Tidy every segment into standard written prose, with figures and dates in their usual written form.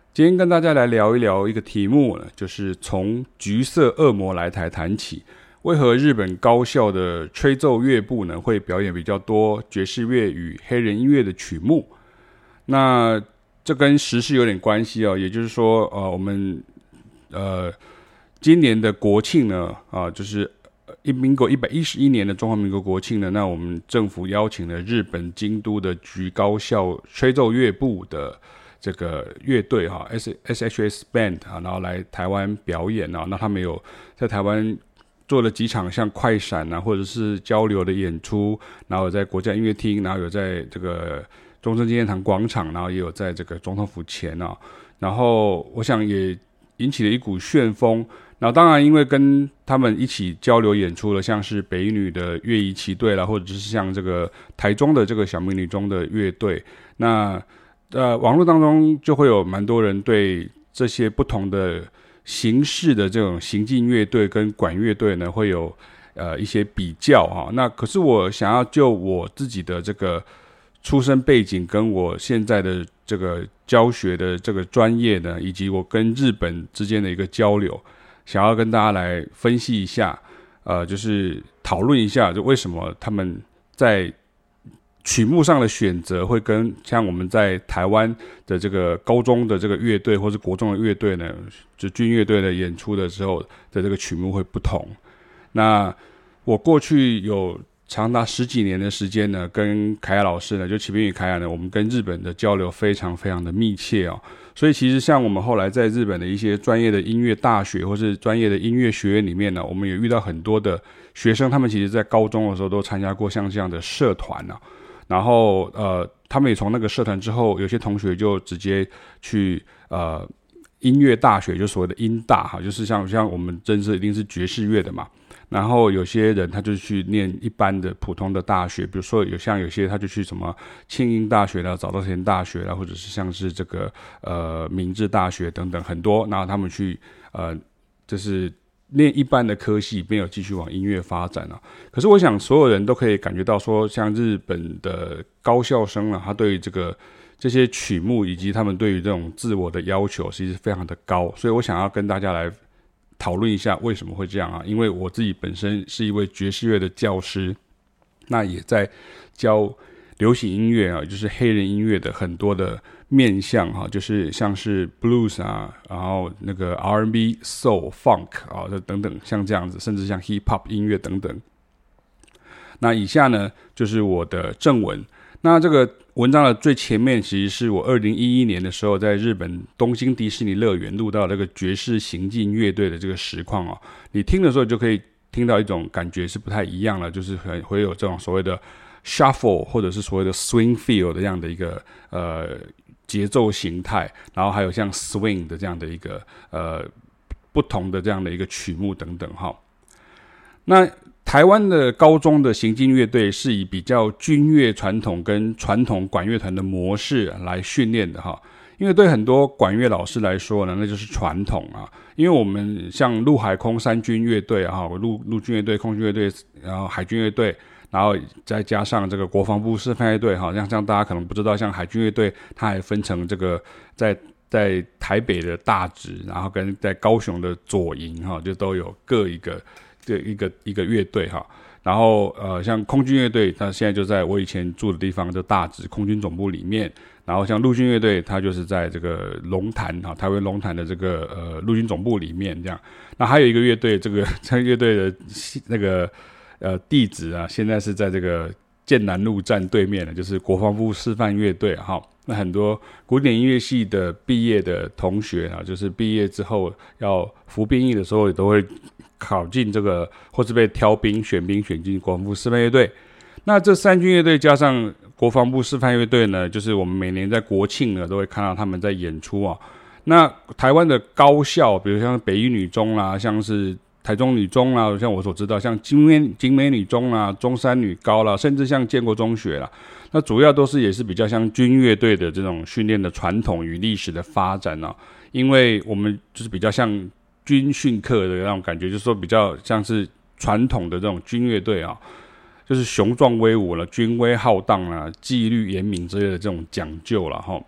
今天跟大家来聊一聊一个题目呢，就是从橘色恶魔来台谈起。为何日本高校的吹奏乐部呢会表演比较多爵士乐与黑人音乐的曲目？那这跟时事有点关系哦，也就是说，我们今年的国庆呢，就是民国111年的中华民国国庆呢，那我们政府邀请了日本京都的橘高校吹奏乐部的这个乐队哈 SHS Band 然后来台湾表演啊，那他们有在台湾做了几场像快闪或者是交流的演出，然后有在国家音乐厅，然后有在这个中正纪念堂广场，然后也有在这个总统府前啊，然后我想也引起了一股旋风。然后当然因为跟他们一起交流演出了，像是北一女的乐仪旗队啦，或者是像这个台中的这个小明女中的乐队，那网络当中就会有蛮多人对这些不同的形式的这种行进乐队跟管乐队呢会有一些比较哈。那可是我想要就我自己的这个出身背景跟我现在的这个教学的这个专业呢，以及我跟日本之间的一个交流，想要跟大家来分析一下，就是讨论一下，就为什么他们在曲目上的选择会跟像我们在台湾的这个高中的这个乐队或是国中的乐队呢，就军乐队的演出的时候的这个曲目会不同。那我过去有长达10几年的时间呢，跟凯亚老师呢，就启斌与凯亚呢，我们跟日本的交流非常非常的密切哦。所以其实像我们后来在日本的一些专业的音乐大学或是专业的音乐学院里面呢，我们也遇到很多的学生，他们其实在高中的时候都参加过像这样的社团啊。然后他们也从那个社团之后，有些同学就直接去音乐大学，就所谓的音大哈，就是像我们真是一定是爵士乐的嘛。然后有些人他就去念一般的普通的大学，比如说有些他就去什么庆应大学啦、早稻田大学啦，或者是像是这个明治大学等等很多，然后他们去就是念一般的科系，没有继续往音乐发展啊。可是我想所有人都可以感觉到说，像日本的高校生啊，他对于这些曲目以及他们对于这种自我的要求其实非常的高，所以我想要跟大家来讨论一下为什么会这样啊。因为我自己本身是一位爵士乐的教师，那也在教流行音乐啊，就是黑人音乐的很多的面向哈，就是像是 blues 啊，然后那个 R&B、soul、funk 啊，等等像这样子，甚至像 hip hop 音乐等等。那以下呢就是我的正文。那这个文章的最前面其实是我2011年的时候在日本东京迪士尼乐园录到这个爵士行进乐队的这个实况哦。你听的时候就可以听到一种感觉是不太一样了，就是会有这种所谓的 shuffle 或者是所谓的 swing feel 的这样的一个节奏形态，然后还有像 swing 的这样的一个不同的这样的一个曲目等等哈。那台湾的高中的行进乐队是以比较军乐传统跟传统管乐团的模式来训练的哈，因为对很多管乐老师来说呢，那就是传统啊。因为我们像陆海空三军乐队啊，陆军乐队、空军乐队，然后海军乐队，然后再加上这个国防部示范乐队哈，像大家可能不知道，像海军乐队它还分成这个在台北的大直，然后跟在高雄的左营哈，就都有各一个乐队哈。然后像空军乐队，它现在就在我以前住的地方，就大直空军总部里面。然后像陆军乐队，它就是在这个龙潭哈，台湾龙潭的这个陆军总部里面这样。那还有一个乐队，这个乐队的那个地址啊，现在是在这个剑南路站对面的，就是国防部示范乐队哈。那很多古典音乐系的毕业的同学啊，就是毕业之后要服兵役的时候，也都会考进这个，或是被挑兵选进国防部示范乐队。那这三军乐队加上国防部示范乐队呢，就是我们每年在国庆呢都会看到他们在演出啊。那台湾的高校，比如像北一女中啦，像是台中女中啦，像我所知道，像景美女中啦、中山女高啦，甚至像建国中学啦，那主要都是也是比较像军乐队的这种训练的传统与历史的发展啊。因为我们就是比较像军训课的那种感觉，就是说比较像是传统的这种军乐队啊，就是雄壮威武了、军威浩荡啦、纪律严明之类的这种讲究了哈。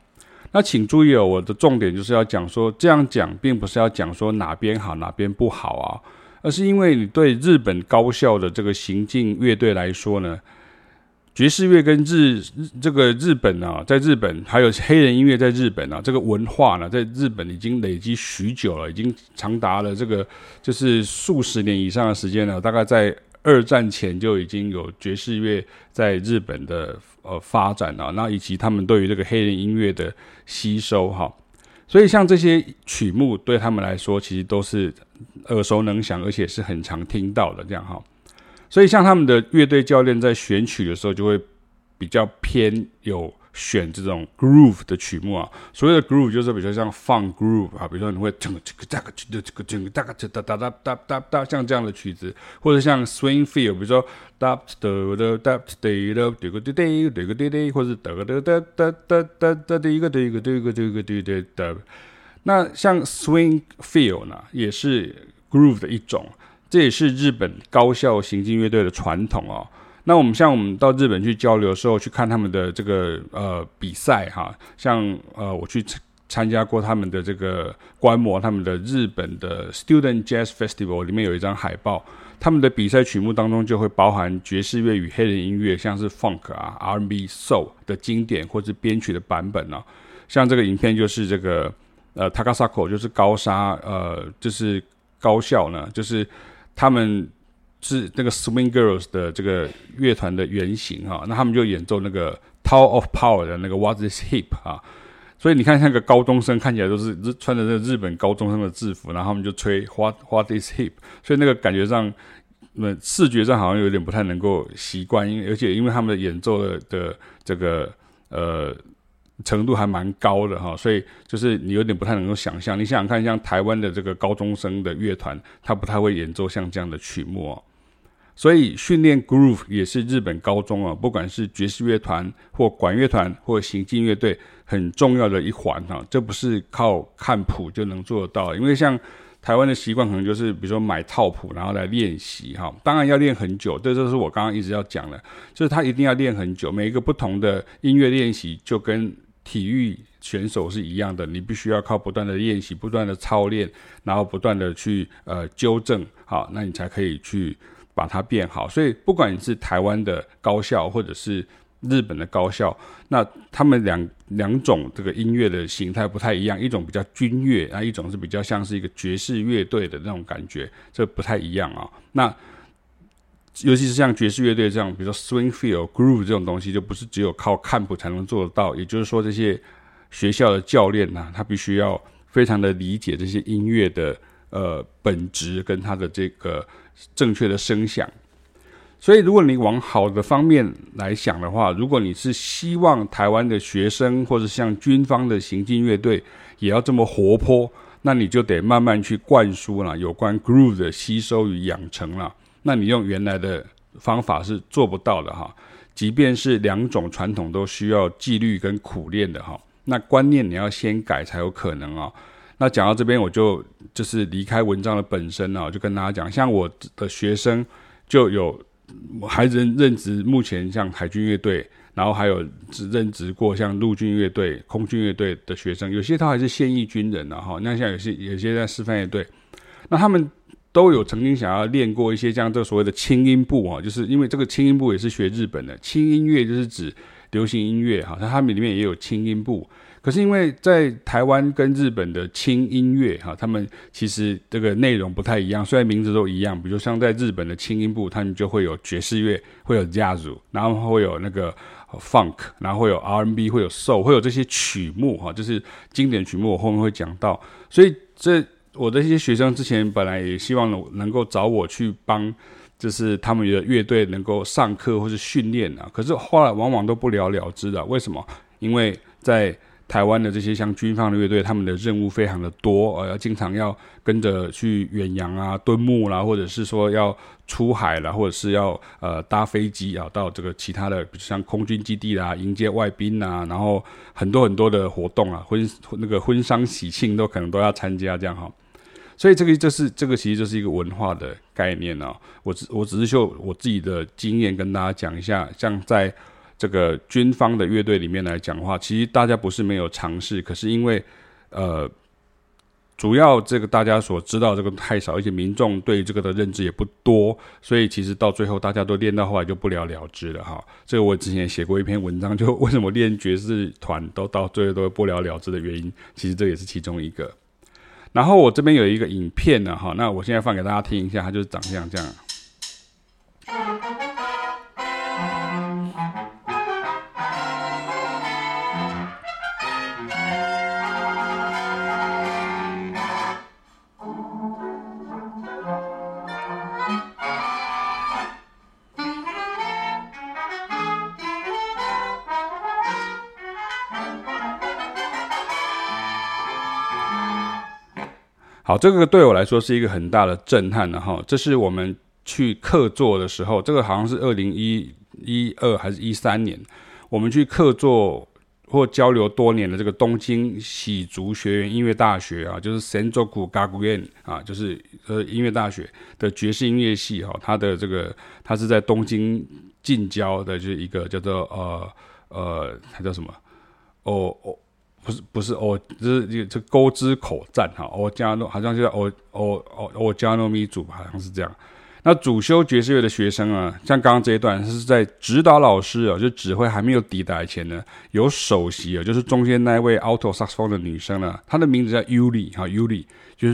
那请注意我的重点就是要讲说，这样讲并不是要讲说哪边好哪边不好啊，而是因为你对日本高校的这个行进乐队来说呢，爵士乐跟这个日本啊，在日本还有黑人音乐在日本啊，这个文化呢，在日本已经累积许久了，已经长达了这个就是数十年以上的时间了。大概在二战前就已经有爵士乐在日本的发展啊，那以及他们对于这个黑人音乐的吸收哈。所以像这些曲目对他们来说，其实都是耳熟能详，而且是很常听到的这样哈。所以像他们的乐队教练在选曲的时候，就会比较偏有选这种 groove 的曲目啊。所谓的 groove 就是比较像 funk groove 啊，比如说你会像这样的曲子，或者像 swing feel， 比如说或者那像 swing feel 呢，也是 groove 的一种。这也是日本高校行进乐队的传统哦。那我们到日本去交流的时候，去看他们的这个比赛哈，像我去参加过他们的这个观摩他们的日本的 Student Jazz Festival， 里面有一张海报，他们的比赛曲目当中就会包含爵士乐与黑人音乐，像是 Funk 啊、R&B、Soul 的经典或是编曲的版本啊。像这个影片就是这个Takasako 就是高沙就是高校呢，就是他们是那个 Swing Girls 的这个乐团的原型哈，那他们就演奏那个 Tower of Power 的那个 What is Hip 啊，所以你看那个高中生看起来都是穿着那个日本高中生的制服，然后他们就吹 What is Hip， 所以那个感觉上视觉上好像有点不太能够习惯，而且因为他们的演奏的这个程度还蛮高的哈，所以就是你有点不太能够想象。你想想看，像台湾的这个高中生的乐团，他不太会演奏像这样的曲目哦。所以训练 groove 也是日本高中啊，不管是爵士乐团或管乐团或行进乐队很重要的一环哈。这不是靠看谱就能做得到，因为像台湾的习惯可能就是比如说买套谱然后来练习哈，当然要练很久，这就是我刚刚一直要讲的，就是他一定要练很久，每一个不同的音乐练习就跟体育选手是一样的，你必须要靠不断的练习，不断的操练，然后不断的去纠正，好，那你才可以去把它变好。所以不管你是台湾的高校或者是日本的高校，那他们两种这个音乐的形态不太一样，一种比较军乐，那一种是比较像是一个爵士乐队的那种感觉，这不太一样啊。那尤其是像爵士乐队这样，比如说 swing feel groove 这种东西，就不是只有靠看谱才能做得到。也就是说，这些学校的教练呢，他必须要非常的理解这些音乐的本质跟它的这个正确的声响。所以，如果你往好的方面来想的话，如果你是希望台湾的学生或者像军方的行进乐队也要这么活泼，那你就得慢慢去灌输了有关 groove 的吸收与养成了。那你用原来的方法是做不到的哈，即便是两种传统都需要纪律跟苦练的哈，那观念你要先改才有可能啊。那讲到这边，我就是离开文章的本身啊，就跟大家讲，像我的学生就有还任职目前像海军乐队，然后还有任职过像陆军乐队、空军乐队的学生，有些他还是现役军人啊哈，那像有些在示范乐队，那他们都有曾经想要练过一些像这所谓的轻音部啊，就是因为这个轻音部也是学日本的，轻音乐就是指流行音乐哈，他们里面也有轻音部。可是因为在台湾跟日本的轻音乐哈，他们其实这个内容不太一样，虽然名字都一样，比如像在日本的轻音部，他们就会有爵士乐，会有 jazz， 然后会有那个 funk， 然后会有 R&B， 会有 soul， 会有这些曲目哈，就是经典曲目，我后面会讲到。所以我的一些学生之前本来也希望能够找我去帮，就是他们的乐队能够上课或是训练啊，可是后来往往都不了了之的。为什么？因为在台湾的这些像军方的乐队，他们的任务非常的多，经常要跟着去远洋啊、蹲木啦，或者是说要出海啦，或者是要搭飞机啊到这个其他的，比如像空军基地啦，迎接外宾啊，然后很多很多的活动啊，那个婚丧喜庆都可能都要参加这样哈。所以这个其实就是一个文化的概念啊。我只是就我自己的经验跟大家讲一下，像在这个军方的乐队里面来讲的话，其实大家不是没有尝试，可是因为主要这个大家所知道这个太少，而且民众对这个的认知也不多，所以其实到最后大家都练到后来就不了了之了哈。这个我之前也写过一篇文章，就为什么练爵士团都到最后都不了了之的原因，其实这也是其中一个。然后我这边有一个影片呢，哈，那我现在放给大家听一下，它就是长这样。好，这个对我来说是一个很大的震撼的哈。这是我们去客座的时候，这个好像是2012还是13年，我们去客座或交流多年的这个东京喜族学园音乐大学啊，就是 Senjoku Gakuen 啊，就是音乐大学的爵士音乐系哈。它是在东京近郊的，就是一个叫做它叫什么不是这沟之口站哈，好像就叫加诺米组，好像是这样。那主修爵士乐的学生啊，像刚刚这一段是在指导老师就指挥还没有抵达以前呢，有首席就是中间那一位 alto saxophone 的女生呢，她的名字叫 Yuri 就是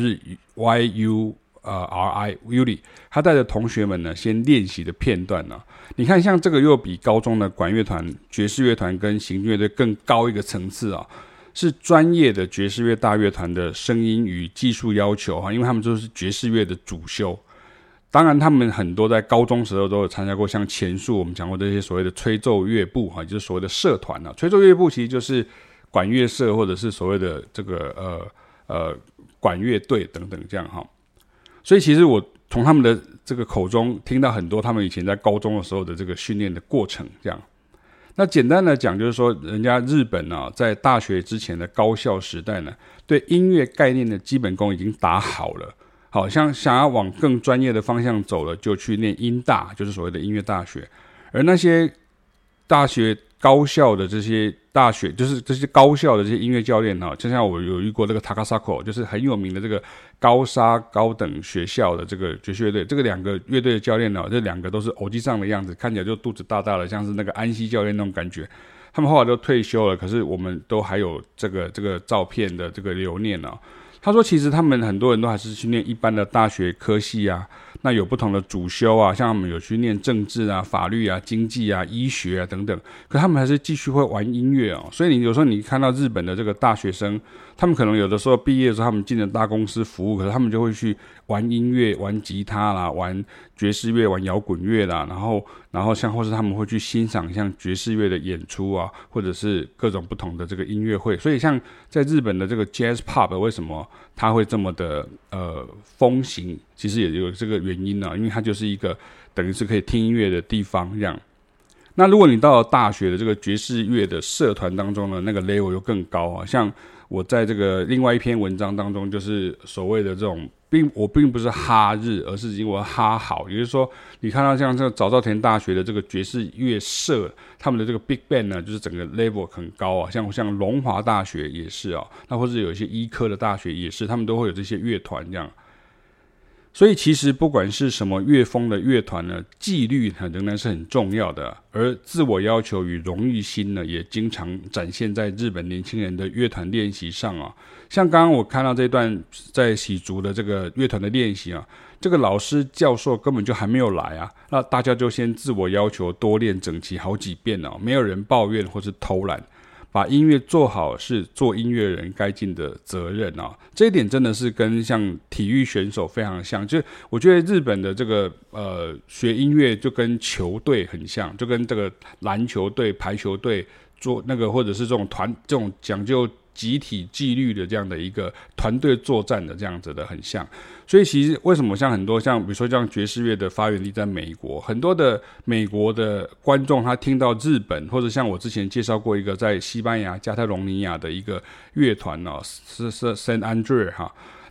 Yuri， 她带着同学们呢先练习的片段呢。你看，像这个又比高中的管乐团、爵士乐团跟行军乐队更高一个层次啊。是专业的爵士乐大乐团的声音与技术要求哈，因为他们就是爵士乐的主修。当然，他们很多在高中时候都有参加过，像前述我们讲过这些所谓的吹奏乐部哈，就是所谓的社团啊。吹奏乐部其实就是管乐社或者是所谓的这个管乐队等等这样哈。所以其实我从他们的这个口中听到很多他们以前在高中的时候的这个训练的过程这样。那简单的讲，就是说，人家日本啊，在大学之前的高校时代呢，对音乐概念的基本功已经打好了。好像想要往更专业的方向走了，就去念音大，就是所谓的音乐大学。而那些大学高校的这些大学，就是这些高校的这些音乐教练啊，就像我有遇过这个 Takasako， 就是很有名的这个高沙高等学校的这个爵士乐队，这个两个乐队的教练呢，这两个都是偶机上的样子，看起来就肚子大大的，像是那个安西教练那种感觉。他们后来都退休了，可是我们都还有这个照片的这个留念啊。他说，其实他们很多人都还是去念一般的大学科系啊，那有不同的主修啊，像他们有去念政治啊、法律啊、经济啊、医学啊等等，可他们还是继续会玩音乐哦。所以你有时候你看到日本的这个大学生，他们可能有的时候毕业的时候，他们进了大公司服务，可是他们就会去玩音乐、玩吉他啦、玩爵士乐、玩摇滚乐啦，然后或是他们会去欣赏像爵士乐的演出啊，或者是各种不同的这个音乐会。所以像在日本的这个 Jazz Pub 为什么它会这么的风行，其实也有这个原因啊，因为它就是一个等于是可以听音乐的地方这样。那如果你到了大学的这个爵士乐的社团当中呢，那个 level 又更高啊。像我在这个另外一篇文章当中，就是所谓的这种我并不是哈日，而是因为哈好，也就是说，你看到像这个早稻田大学的这个爵士乐社，他们的这个 Big Band 呢，就是整个 level 很高啊。像龙华大学也是啊，那或者有一些医科的大学也是，他们都会有这些乐团这样。所以其实不管是什么乐风的乐团呢，纪律仍然是很重要的，而自我要求与荣誉心呢，也经常展现在日本年轻人的乐团练习上啊。像刚刚我看到这段在喜族的这个乐团的练习啊，这个老师教授根本就还没有来啊，那大家就先自我要求多练整齐好几遍哦，没有人抱怨或是偷懒。把音乐做好是做音乐人该尽的责任啊，这一点真的是跟像体育选手非常像。就我觉得日本的这个学音乐就跟球队很像，就跟这个篮球队、排球队做那个或者是这种讲究集体纪律的这样的一个团队作战的这样子的很像。所以其实为什么像很多像比如说像爵士乐的发源地在美国，很多的美国的观众他听到日本，或者像我之前介绍过一个在西班牙加泰隆尼亚的一个乐团是 San Andre 哈，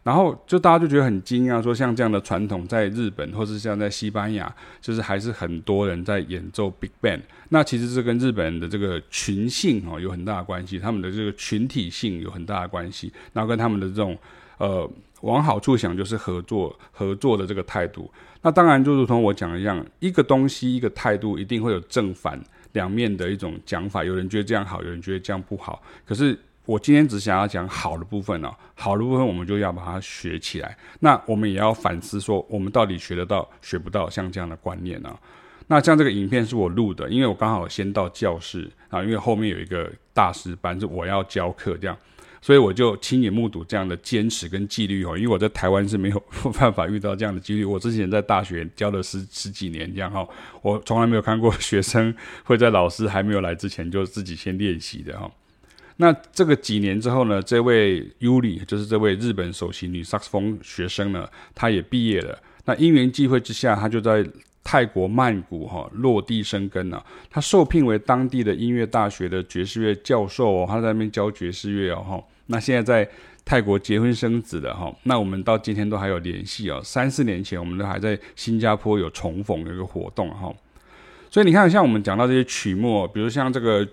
然后就大家就觉得很惊讶，说像这样的传统在日本或是像在西班牙，就是还是很多人在演奏 Big Band。那其实这跟日本人的这个群性有很大的关系，他们的这个群体性有很大的关系，然后跟他们的这种往好处想就是合作的这个态度。那当然就如同我讲的一样，一个东西一个态度一定会有正反两面的一种讲法，有人觉得这样好，有人觉得这样不好。可是我今天只想要讲好的部分好的部分我们就要把它学起来。那我们也要反思说，我们到底学得到学不到像这样的观念那像这个影片是我录的，因为我刚好先到教室因为后面有一个大师班是我要教课这样，所以我就亲眼目睹这样的坚持跟纪律因为我在台湾是没有办法遇到这样的纪律。我之前在大学教了十几年这样我从来没有看过学生会在老师还没有来之前就自己先练习的那这个几年之后呢，这位 Yuri 就是这位日本首席女萨克斯风学生呢，她也毕业了。那因缘际会之下，她就在泰国曼谷落地生根她受聘为当地的音乐大学的爵士乐教授她在那边教爵士乐那现在在泰国结婚生子了那我们到今天都还有联系3-4年前我们都还在新加坡有重逢有一个活动所以你看，像我们讲到这些曲目比如像这个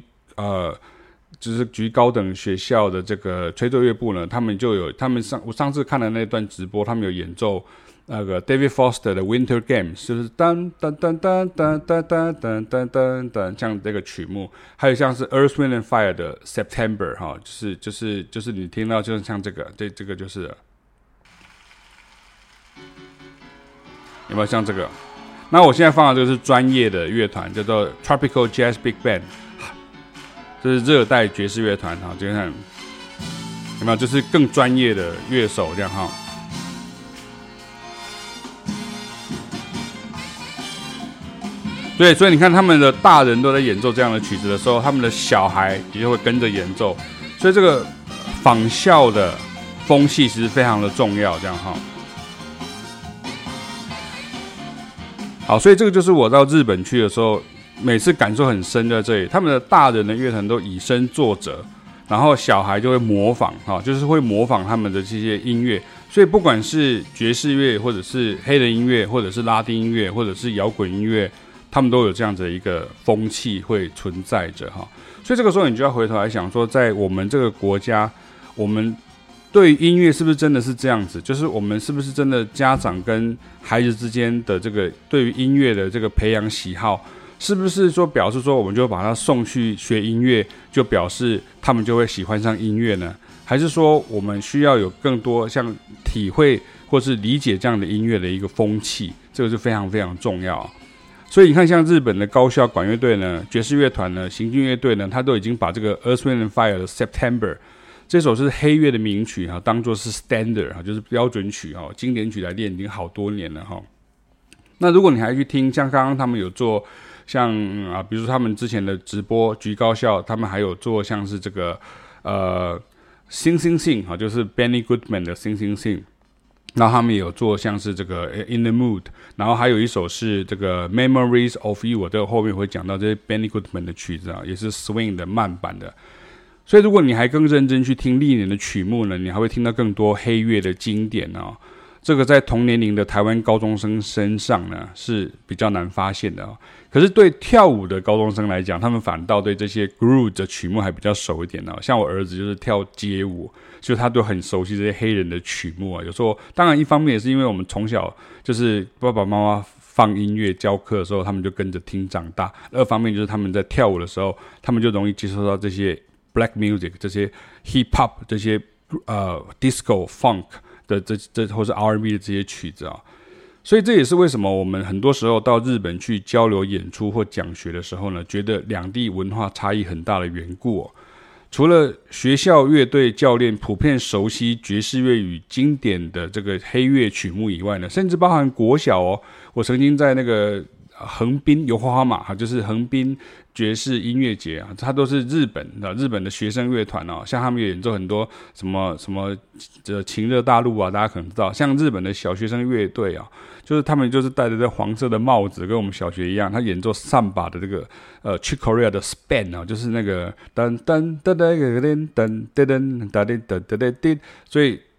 就是局高等学校的这个吹奏乐部呢，我上次看的那段直播，他们有演奏那个 David Foster 的 Winter Games， 就是噔噔噔噔噔噔噔噔噔噔噔这样这个曲目，还有像是 Earth Wind and Fire 的 September 就是你听到就是像这个这个就是有没有像这个？那我现在放的这个是专业的乐团，叫做 Tropical Jazz Big Band。这是热带爵士乐团就看有没有，就是更专业的乐手这样对，所以你看他们的大人都在演奏这样的曲子的时候，他们的小孩也就会跟着演奏，所以这个仿效的风气其实非常的重要这样好，所以这个就是我到日本去的时候每次感受很深在这里，他们的大人的乐团都以身作则，然后小孩就会模仿就是会模仿他们的这些音乐，所以不管是爵士乐或者是黑人音乐或者是拉丁音乐或者是摇滚音乐，他们都有这样子的一个风气会存在着所以这个时候你就要回头来想说，在我们这个国家，我们对音乐是不是真的是这样子，就是我们是不是真的家长跟孩子之间的这个对于音乐的这个培养喜好，是不是说表示说我们就把他送去学音乐，就表示他们就会喜欢上音乐呢？还是说我们需要有更多像体会或是理解这样的音乐的一个风气？这个是非常非常重要所以你看，像日本的高校管乐队呢、爵士乐团呢、行军乐队呢，他都已经把这个 Earth Wind and Fire 的 September 这首是黑乐的名曲当作是 standard 就是标准曲经典曲来练，已经好多年了那如果你还去听，像刚刚他们有做像比如说他们之前的直播局高校，他们还有做像是这个Sing Sing Sing 就是 Benny Goodman 的 Sing Sing Sing， 然后他们也有做像是这个 In the Mood， 然后还有一首是这个 Memories of You， 我这个后面会讲到这些 Benny Goodman 的曲子也是 Swing 的慢版的。所以如果你还更认真去听历年的曲目呢，你还会听到更多黑乐的经典这个在同年龄的台湾高中生身上呢是比较难发现的可是对跳舞的高中生来讲，他们反倒对这些 groove 的曲目还比较熟一点像我儿子就是跳街舞，所以他都很熟悉这些黑人的曲目有时候当然一方面也是因为我们从小就是爸爸妈妈放音乐教课的时候，他们就跟着听长大；二方面就是他们在跳舞的时候，他们就容易接受到这些 black music， 这些 hip hop， 这些disco funk的这或是 R&B 的这些曲子所以这也是为什么我们很多时候到日本去交流演出或讲学的时候呢，觉得两地文化差异很大的缘故除了学校乐队教练普遍熟悉爵士乐与经典的这个黑乐曲目以外呢，甚至包含国小我曾经在那个横滨油花马就是横滨爵士音乐节它都是日本的学生乐团像他们也演奏很多什么情热大陆大家可能知道，像日本的小学生乐队就是他们就是戴着这黄色的帽子，跟我们小学一样，他演奏上把的这个Chick Corea 的 Span 就是那个噔噔噔噔噔噔噔噔噔噔，所以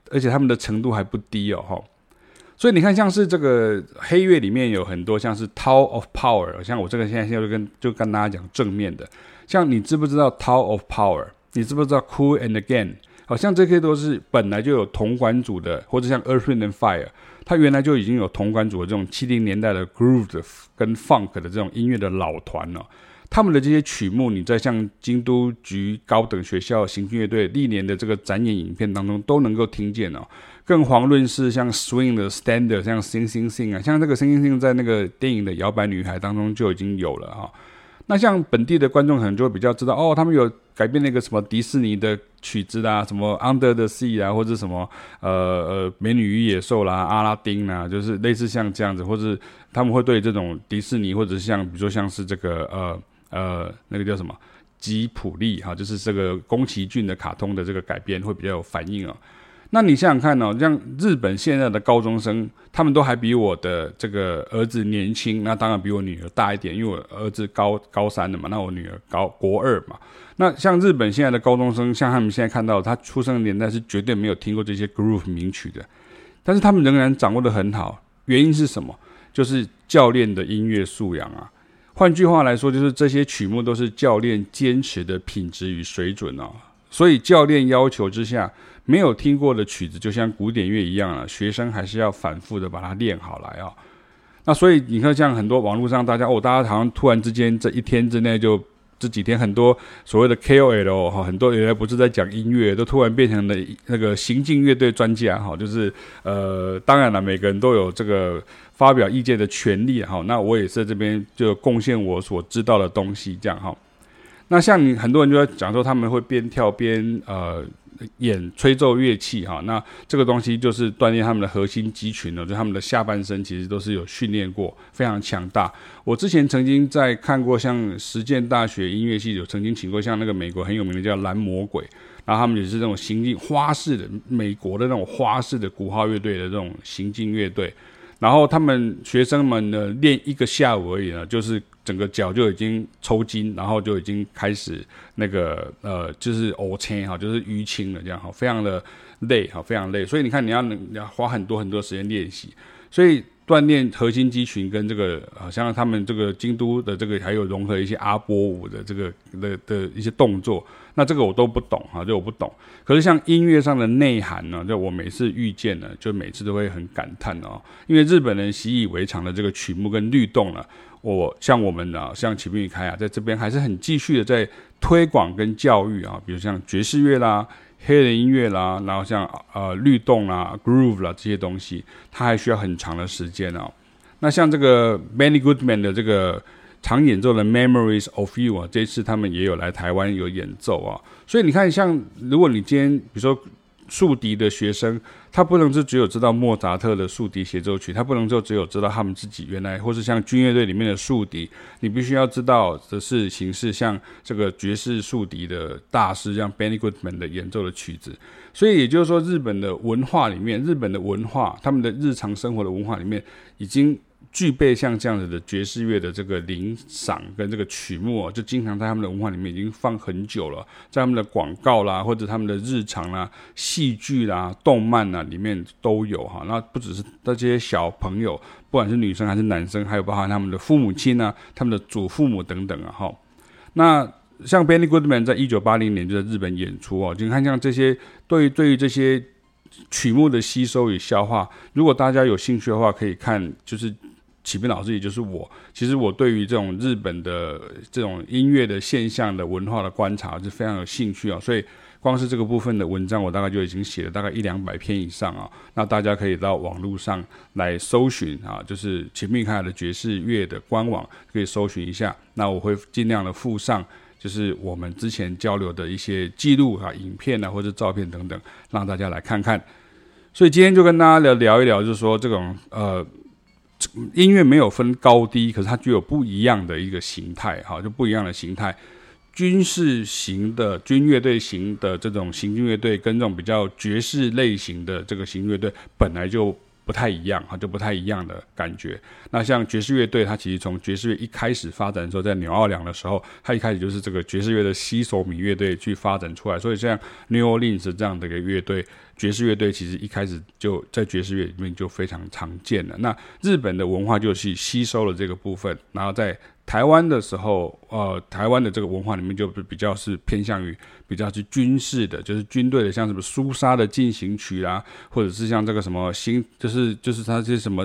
而且他们的程度还不低哦。所以你看，像是这个黑乐里面有很多像是 Tower of Power， 像我这个现在就跟大家讲正面的，像你知不知道 Tower of Power？ 你知不知道 Cool and Again？ 好像这些都是本来就有铜管组的，或者像 Earth Wind and Fire， 它原来就已经有铜管组的这种70年代的 Groove 的跟 Funk 的这种音乐的老团了。他们的这些曲目，你在像京都局高等学校行军乐队历年的这个展演影片当中都能够听见哦。更遑论是像 Swing 的 Standard， 像 Sing Sing Sing 啊，像这个 Sing Sing Sing 在那个电影的摇摆女孩当中就已经有了哈。那像本地的观众可能就会比较知道哦，他们有改编那个什么迪士尼的曲子啦，什么 Under the Sea 啦，或者什么美女与野兽啦、阿拉丁啦，就是类似像这样子，或者他们会对这种迪士尼或者像比如说像是这个那个叫什么吉普力哈，就是这个宫崎骏的卡通的这个改编会比较有反应哦。那你想想看哦，像日本现在的高中生，他们都还比我的这个儿子年轻，那当然比我女儿大一点，因为我儿子高3了嘛，那我女儿国2嘛。那像日本现在的高中生，像他们现在看到，他出生的年代是绝对没有听过这些 groove 名曲的，但是他们仍然掌握得很好。原因是什么？就是教练的音乐素养啊。换句话来说，就是这些曲目都是教练坚持的品质与水准哦。所以教练要求之下，没有听过的曲子就像古典乐一样啊，学生还是要反复的把它练好来啊。那所以你看，像很多网络上大家好像突然之间这一天之内就这几天很多所谓的 KOL 很多原来不是在讲音乐，都突然变成了那个行进乐队专家哈，就是当然了，每个人都有这个发表意见的权利哈。那我也是在这边就贡献我所知道的东西这样哈。那像你很多人就在讲说他们会边跳边演吹奏乐器哈，那这个东西就是锻炼他们的核心肌群了，就他们的下半身其实都是有训练过，非常强大。我之前曾经在看过像实践大学音乐系有曾经请过像那个美国很有名的叫蓝魔鬼，然后他们也是这种行进花式的美国的那种花式的鼓号乐队的这种行进乐队，然后他们学生们呢练一个下午而已呢，就是整个脚就已经抽筋，然后就已经开始那个就是呕青哈，就是淤青了这样哈，非常的累哈，非常累。所以你看你要花很多很多时间练习，所以锻炼核心肌群跟这个像他们这个京都的这个还有融合一些阿波舞的这个的一些动作，那这个我都不懂哈，就我不懂。可是像音乐上的内涵呢，就我每次遇见呢，就每次都会很感叹哦，因为日本人习以为常的这个曲目跟律动呢，像我们啊，像启明与凯啊，在这边还是很继续的在推广跟教育啊，比如像爵士乐啦、黑人音乐啦，然后像律动啦、groove 啦这些东西，它还需要很长的时间啊。那像这个 Benny Goodman 的这个常演奏的 Memories of You 啊，这次他们也有来台湾有演奏啊。所以你看，像如果你今天比如说竖笛的学生，他不能就只有知道莫扎特的竖笛协奏曲，他不能就只有知道他们自己原来或是像军乐队里面的竖笛，你必须要知道的事情是像这个爵士竖笛的大师像 Benny Goodman 的演奏的曲子。所以也就是说，日本的文化里面，日本的文化，他们的日常生活的文化里面，已经具备像这样子的爵士乐的这个领赏跟这个曲目就经常在他们的文化里面已经放很久了，在他们的广告啦，或者他们的日常啦、戏剧啦、动漫啦里面都有哈。那不只是这些小朋友，不管是女生还是男生，还有包含他们的父母亲啊、他们的祖父母等等啊哈。那像 Benny Goodman 在1980年就在日本演出哦，你看像这些对于这些曲目的吸收与消化，如果大家有兴趣的话，可以看就是启斌老师，也就是我，其实我对于这种日本的这种音乐的现象的文化的观察是非常有兴趣啊，所以光是这个部分的文章，我大概就已经写了大概100-200篇以上啊。那大家可以到网络上来搜寻啊，就是启明凯尔的爵士乐的官网可以搜寻一下。那我会尽量的附上，就是我们之前交流的一些记录啊、影片啊或者照片等等，让大家来看看。所以今天就跟大家聊一聊，就是说这种音乐没有分高低，可是它具有不一样的一个形态，哈，就不一样的形态。军事型的军乐队型的这种行军乐队，跟这种比较爵士类型的这个行军乐队，本来就不太一样，就不太一样的感觉。那像爵士乐队，它其实从爵士乐一开始发展的时候，在纽奥良的时候，它一开始就是这个爵士乐的西索米乐队去发展出来，所以像 New Orleans 这样的一个乐队，爵士乐队其实一开始就在爵士乐里面就非常常见了。那日本的文化就是吸收了这个部分，然后在台湾的时候，台湾的这个文化里面就比较是偏向于比较是军事的，就是军队的，像什么苏莎的进行曲啦，或者是像这个什么就是它这些什么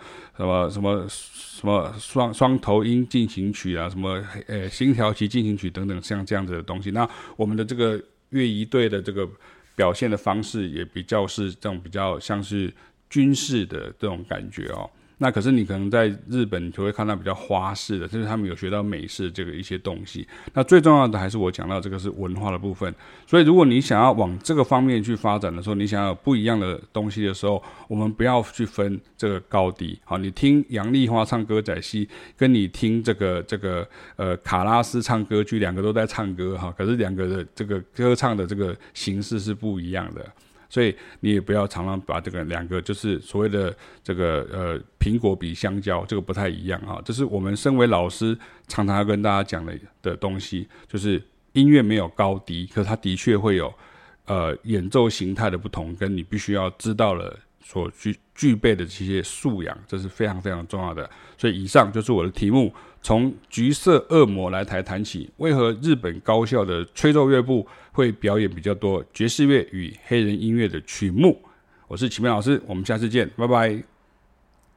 双头鹰进行曲啊，什么星条旗进行曲等等，像这样子的东西。那我们的这个乐仪队的这个表现的方式也比较是这种比较像是军事的这种感觉哦。那可是你可能在日本你就会看到比较花式的，就是他们有学到美式这个一些东西。那最重要的还是我讲到这个是文化的部分。所以如果你想要往这个方面去发展的时候，你想要有不一样的东西的时候，我们不要去分这个高低。好，你听杨丽花唱歌仔戏，跟你听这个卡拉斯唱歌剧，两个都在唱歌哈，可是两个的这个歌唱的这个形式是不一样的。所以你也不要常常把这个两个就是所谓的这个苹果比香蕉，这个不太一样啊。这是我们身为老师常常要跟大家讲的东西，就是音乐没有高低，可是它的确会有演奏形态的不同，跟你必须要知道了所具备的这些素养，这是非常非常重要的。所以以上就是我的题目，从橘色恶魔来台谈起，为何日本高校的吹奏乐部会表演比较多爵士乐与黑人音乐的曲目。我是启明老师，我们下次见，拜拜。